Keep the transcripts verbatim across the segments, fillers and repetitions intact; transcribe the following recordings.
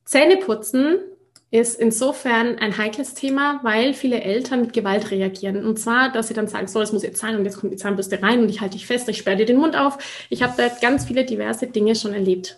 Zähneputzen ist insofern ein heikles Thema, weil viele Eltern mit Gewalt reagieren. Und zwar, dass sie dann sagen, so, das muss jetzt sein und jetzt kommt die Zahnbürste rein und ich halte dich fest, ich sperre dir den Mund auf. Ich habe da ganz viele diverse Dinge schon erlebt.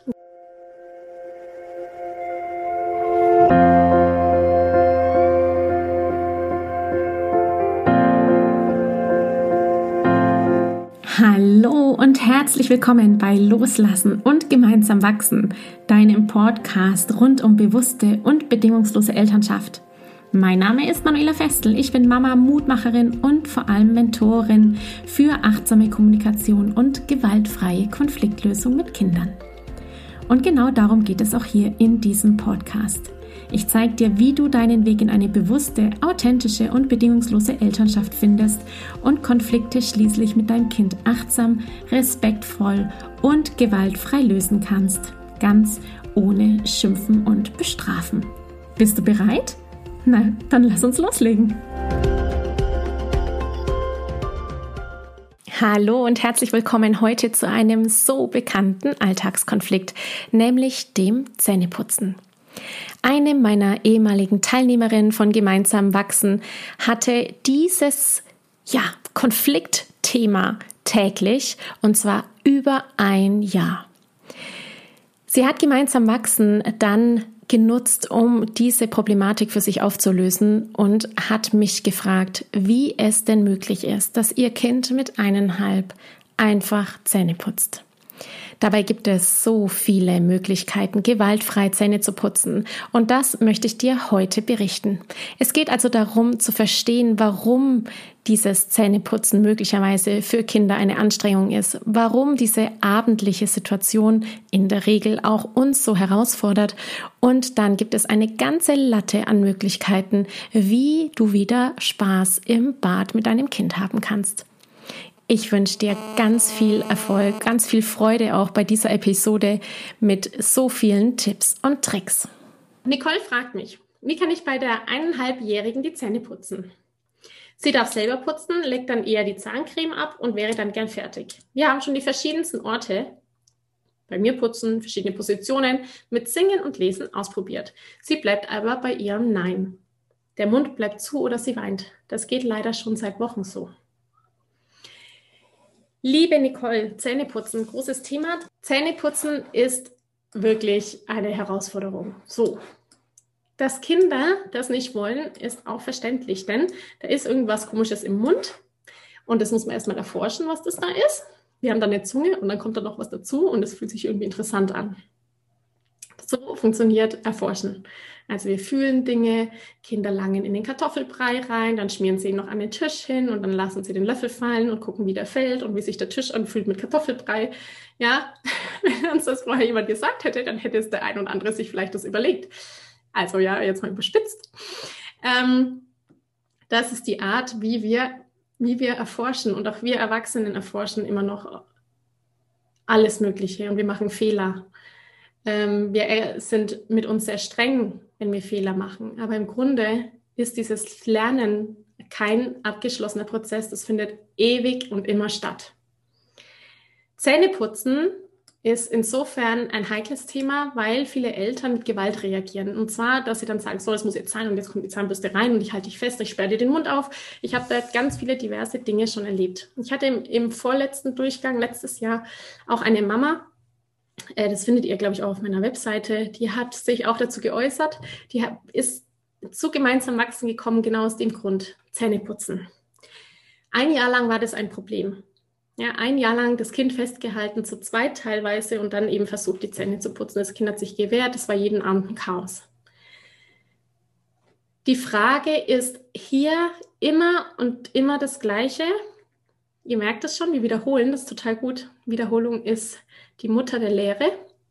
Hallo und herzlich willkommen bei Loslassen und gemeinsam wachsen, deinem Podcast rund um bewusste und bedingungslose Elternschaft. Mein Name ist Manuela Festel, ich bin Mama, Mutmacherin und vor allem Mentorin für achtsame Kommunikation und gewaltfreie Konfliktlösung mit Kindern. Und genau darum geht es auch hier in diesem Podcast. Ich zeige dir, wie du deinen Weg in eine bewusste, authentische und bedingungslose Elternschaft findest und Konflikte schließlich mit deinem Kind achtsam, respektvoll und gewaltfrei lösen kannst. Ganz ohne Schimpfen und Bestrafen. Bist du bereit? Na, dann lass uns loslegen. Hallo und herzlich willkommen heute zu einem so bekannten Alltagskonflikt, nämlich dem Zähneputzen. Eine meiner ehemaligen Teilnehmerinnen von Gemeinsam Wachsen hatte dieses ja, Konfliktthema täglich und zwar über ein Jahr. Sie hat Gemeinsam Wachsen dann genutzt, um diese Problematik für sich aufzulösen und hat mich gefragt, wie es denn möglich ist, dass ihr Kind mit eineinhalb einfach Zähne putzt. Dabei gibt es so viele Möglichkeiten, gewaltfrei Zähne zu putzen. Und das möchte ich dir heute berichten. Es geht also darum, zu verstehen, warum dieses Zähneputzen möglicherweise für Kinder eine Anstrengung ist, warum diese abendliche Situation in der Regel auch uns so herausfordert. Und dann gibt es eine ganze Latte an Möglichkeiten, wie du wieder Spaß im Bad mit deinem Kind haben kannst. Ich wünsche dir ganz viel Erfolg, ganz viel Freude auch bei dieser Episode mit so vielen Tipps und Tricks. Nicole fragt mich, wie kann ich bei der eineinhalbjährigen die Zähne putzen? Sie darf selber putzen, legt dann eher die Zahncreme ab und wäre dann gern fertig. Wir haben schon die verschiedensten Orte, bei mir putzen, verschiedene Positionen, mit Singen und Lesen ausprobiert. Sie bleibt aber bei ihrem Nein. Der Mund bleibt zu oder sie weint. Das geht leider schon seit Wochen so. Liebe Nicole, Zähneputzen, großes Thema. Zähneputzen ist wirklich eine Herausforderung. So, dass Kinder das nicht wollen, ist auch verständlich, denn da ist irgendwas Komisches im Mund und das muss man erstmal erforschen, was das da ist. Wir haben dann eine Zunge und dann kommt da noch was dazu und es fühlt sich irgendwie interessant an. So funktioniert Erforschen. Also wir fühlen Dinge, Kinder langen in den Kartoffelbrei rein, dann schmieren sie ihn noch an den Tisch hin und dann lassen sie den Löffel fallen und gucken, wie der fällt und wie sich der Tisch anfühlt mit Kartoffelbrei. Ja, wenn uns das vorher jemand gesagt hätte, dann hätte es der ein oder andere sich vielleicht das überlegt. Also ja, jetzt mal überspitzt. Ähm, das ist die Art, wie wir, wie wir erforschen und auch wir Erwachsenen erforschen immer noch alles Mögliche und wir machen Fehler. Wir sind mit uns sehr streng, wenn wir Fehler machen. Aber im Grunde ist dieses Lernen kein abgeschlossener Prozess. Das findet ewig und immer statt. Zähneputzen ist insofern ein heikles Thema, weil viele Eltern mit Gewalt reagieren. Und zwar, dass sie dann sagen, so, das muss jetzt sein und jetzt kommt die Zahnbürste rein und ich halte dich fest, ich sperre dir den Mund auf. Ich habe da ganz viele diverse Dinge schon erlebt. Ich hatte im, im vorletzten Durchgang, letztes Jahr, auch eine Mama, das findet ihr, glaube ich, auch auf meiner Webseite. Die hat sich auch dazu geäußert. Die ist zu Gemeinsam Wachsen gekommen, genau aus dem Grund, Zähneputzen. Ein Jahr lang war das ein Problem. Ja, ein Jahr lang das Kind festgehalten, zu zweit teilweise und dann eben versucht, die Zähne zu putzen. Das Kind hat sich gewehrt, es war jeden Abend ein Chaos. Die Frage ist hier immer und immer das Gleiche. Ihr merkt es schon, wir wiederholen, das ist total gut. Wiederholung ist die Mutter der Lehre.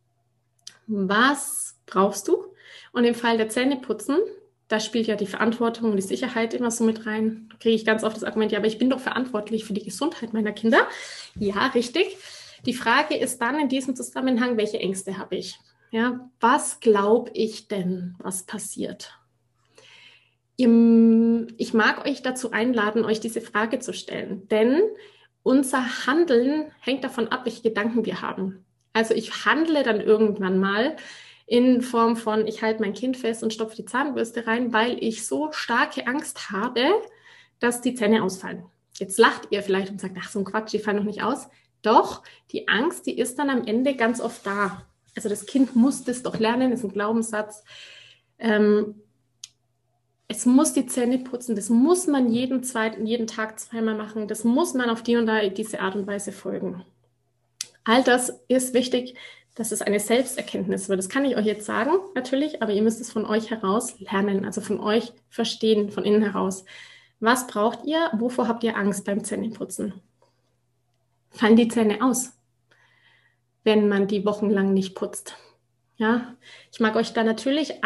Was brauchst du? Und im Fall der Zähneputzen, da spielt ja die Verantwortung und die Sicherheit immer so mit rein. Da kriege ich ganz oft das Argument, ja, aber ich bin doch verantwortlich für die Gesundheit meiner Kinder. Ja, richtig. Die Frage ist dann in diesem Zusammenhang, welche Ängste habe ich? Ja, was glaube ich denn, was passiert? Ich mag euch dazu einladen, euch diese Frage zu stellen, denn unser Handeln hängt davon ab, welche Gedanken wir haben. Also ich handle dann irgendwann mal in Form von, ich halte mein Kind fest und stopfe die Zahnbürste rein, weil ich so starke Angst habe, dass die Zähne ausfallen. Jetzt lacht ihr vielleicht und sagt, ach, so ein Quatsch, die fallen noch nicht aus. Doch, die Angst, die ist dann am Ende ganz oft da. Also das Kind muss das doch lernen, ist ein Glaubenssatz. Ähm, es muss die Zähne putzen, das muss man jeden, zweiten, jeden Tag zweimal machen, das muss man auf die und diese Art und Weise folgen. All das ist wichtig, dass es eine Selbsterkenntnis wird. Das kann ich euch jetzt sagen, natürlich, aber ihr müsst es von euch heraus lernen, also von euch verstehen, von innen heraus. Was braucht ihr? Wovor habt ihr Angst beim Zähneputzen? Fallen die Zähne aus, wenn man die wochenlang nicht putzt? Ja, ich mag euch da natürlich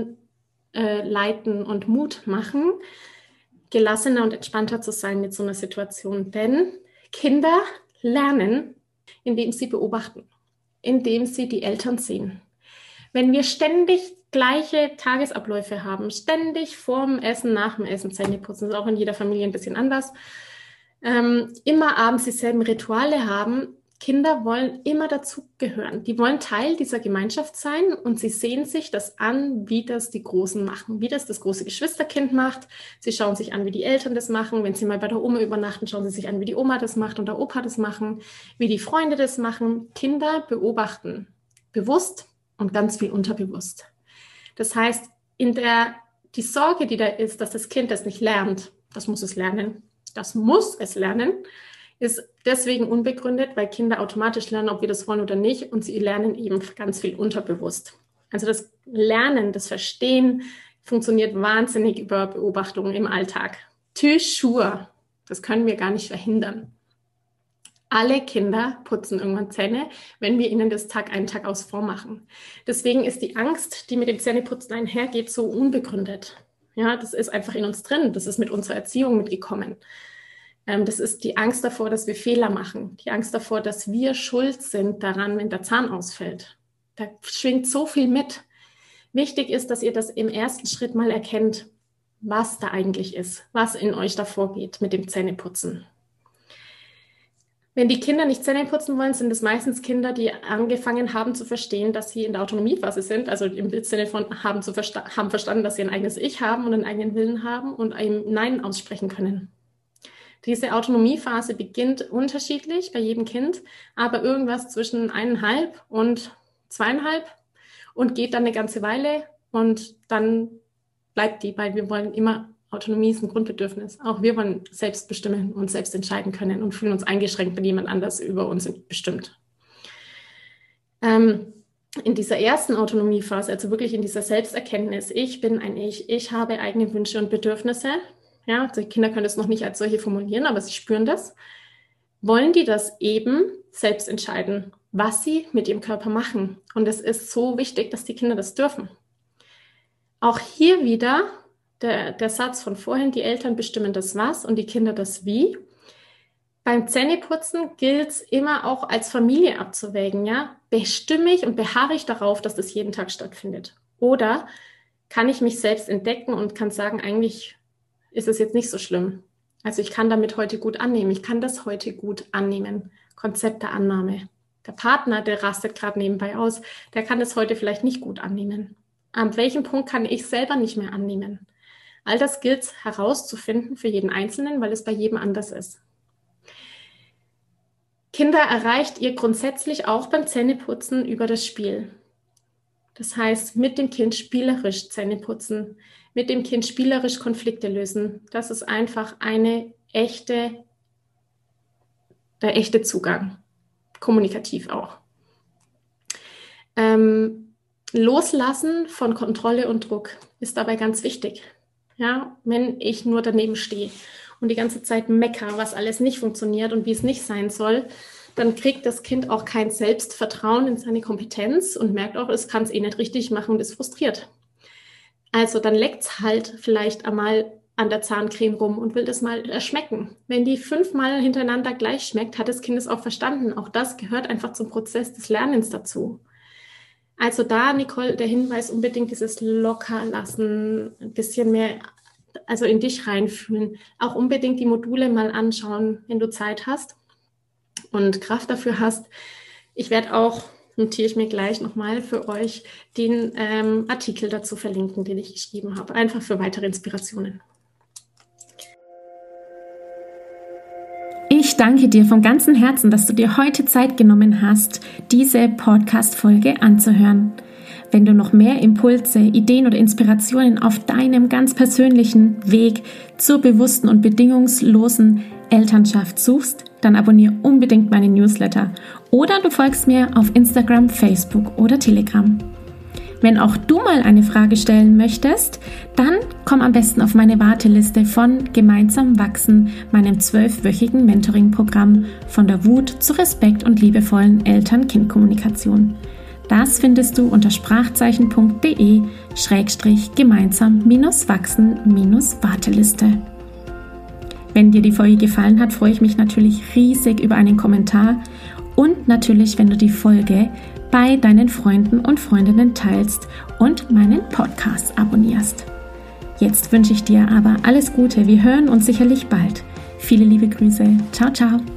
anleiten und Mut machen, gelassener und entspannter zu sein mit so einer Situation. Denn Kinder lernen, indem sie beobachten, indem sie die Eltern sehen. Wenn wir ständig gleiche Tagesabläufe haben, ständig vorm Essen, nach dem Essen Zähne putzen, das ist auch in jeder Familie ein bisschen anders, ähm, immer abends dieselben Rituale haben, Kinder wollen immer dazugehören. Die wollen Teil dieser Gemeinschaft sein und sie sehen sich das an, wie das die Großen machen, wie das das große Geschwisterkind macht. Sie schauen sich an, wie die Eltern das machen. Wenn sie mal bei der Oma übernachten, schauen sie sich an, wie die Oma das macht und der Opa das machen, wie die Freunde das machen. Kinder beobachten, bewusst und ganz viel unterbewusst. Das heißt, in der, die Sorge, die da ist, dass das Kind das nicht lernt, das muss es lernen, das muss es lernen, ist deswegen unbegründet, weil Kinder automatisch lernen, ob wir das wollen oder nicht, und sie lernen eben ganz viel unterbewusst. Also das Lernen, das Verstehen funktioniert wahnsinnig über Beobachtungen im Alltag. Toujours, das können wir gar nicht verhindern. Alle Kinder putzen irgendwann Zähne, wenn wir ihnen das Tag ein, Tag aus vormachen. Deswegen ist die Angst, die mit dem Zähneputzen einhergeht, so unbegründet. Ja, das ist einfach in uns drin, das ist mit unserer Erziehung mitgekommen. Das ist die Angst davor, dass wir Fehler machen. Die Angst davor, dass wir schuld sind daran, wenn der Zahn ausfällt. Da schwingt so viel mit. Wichtig ist, dass ihr das im ersten Schritt mal erkennt, was da eigentlich ist, was in euch davor geht mit dem Zähneputzen. Wenn die Kinder nicht Zähne putzen wollen, sind es meistens Kinder, die angefangen haben zu verstehen, dass sie in der Autonomiephase sind, also im Sinne von haben, zu versta- haben verstanden, dass sie ein eigenes Ich haben und einen eigenen Willen haben und ein Nein aussprechen können. Diese Autonomiephase beginnt unterschiedlich bei jedem Kind, aber irgendwas zwischen eineinhalb und zweieinhalb und geht dann eine ganze Weile und dann bleibt die, weil wir wollen immer, Autonomie ist ein Grundbedürfnis. Auch wir wollen selbst bestimmen und selbst entscheiden können und fühlen uns eingeschränkt, wenn jemand anders über uns bestimmt. Ähm, in dieser ersten Autonomiephase, also wirklich in dieser Selbsterkenntnis, ich bin ein Ich, ich habe eigene Wünsche und Bedürfnisse. Ja, die Kinder können das noch nicht als solche formulieren, aber sie spüren das. Wollen die das eben selbst entscheiden, was sie mit ihrem Körper machen? Und es ist so wichtig, dass die Kinder das dürfen. Auch hier wieder der, der Satz von vorhin, die Eltern bestimmen das Was und die Kinder das Wie. Beim Zähneputzen gilt es immer auch als Familie abzuwägen. Ja? Bestimme ich und beharre ich darauf, dass das jeden Tag stattfindet? Oder kann ich mich selbst entdecken und kann sagen, eigentlich ist es jetzt nicht so schlimm. Also ich kann damit heute gut annehmen. Ich kann das heute gut annehmen. Konzept der Annahme. Der Partner, der rastet gerade nebenbei aus, der kann das heute vielleicht nicht gut annehmen. An welchem Punkt kann ich selber nicht mehr annehmen? All das gilt es herauszufinden für jeden Einzelnen, weil es bei jedem anders ist. Kinder erreicht ihr grundsätzlich auch beim Zähneputzen über das Spiel. Das heißt, mit dem Kind spielerisch Zähne putzen, mit dem Kind spielerisch Konflikte lösen. Das ist einfach eine echte, der echte Zugang, kommunikativ auch. Ähm, Loslassen von Kontrolle und Druck ist dabei ganz wichtig. Ja, wenn ich nur daneben stehe und die ganze Zeit meckere, was alles nicht funktioniert und wie es nicht sein soll, dann kriegt das Kind auch kein Selbstvertrauen in seine Kompetenz und merkt auch, es kann es eh nicht richtig machen und ist frustriert. Also dann leckt es halt vielleicht einmal an der Zahncreme rum und will das mal schmecken. Wenn die fünfmal hintereinander gleich schmeckt, hat das Kind es auch verstanden. Auch das gehört einfach zum Prozess des Lernens dazu. Also da, Nicole, der Hinweis unbedingt dieses Lockerlassen, ein bisschen mehr, also in dich reinfühlen. Auch unbedingt die Module mal anschauen, wenn du Zeit hast und Kraft dafür hast. Ich werde auch notiere ich mir gleich nochmal für euch den ähm, Artikel dazu verlinken, den ich geschrieben habe. Einfach für weitere Inspirationen. Ich danke dir vom ganzen Herzen, dass du dir heute Zeit genommen hast, diese Podcast-Folge anzuhören. Wenn du noch mehr Impulse, Ideen oder Inspirationen auf deinem ganz persönlichen Weg zur bewussten und bedingungslosen Elternschaft suchst, dann abonniere unbedingt meine Newsletter oder du folgst mir auf Instagram, Facebook oder Telegram. Wenn auch du mal eine Frage stellen möchtest, dann komm am besten auf meine Warteliste von Gemeinsam wachsen, meinem zwölfwöchigen Mentoring-Programm von der Wut zu Respekt und liebevollen Eltern-Kind-Kommunikation. Das findest du unter sprachzeichen.de schrägstrich gemeinsam minus wachsen minus Warteliste. Wenn dir die Folge gefallen hat, freue ich mich natürlich riesig über einen Kommentar und natürlich, wenn du die Folge bei deinen Freunden und Freundinnen teilst und meinen Podcast abonnierst. Jetzt wünsche ich dir aber alles Gute. Wir hören uns sicherlich bald. Viele liebe Grüße. Ciao, ciao.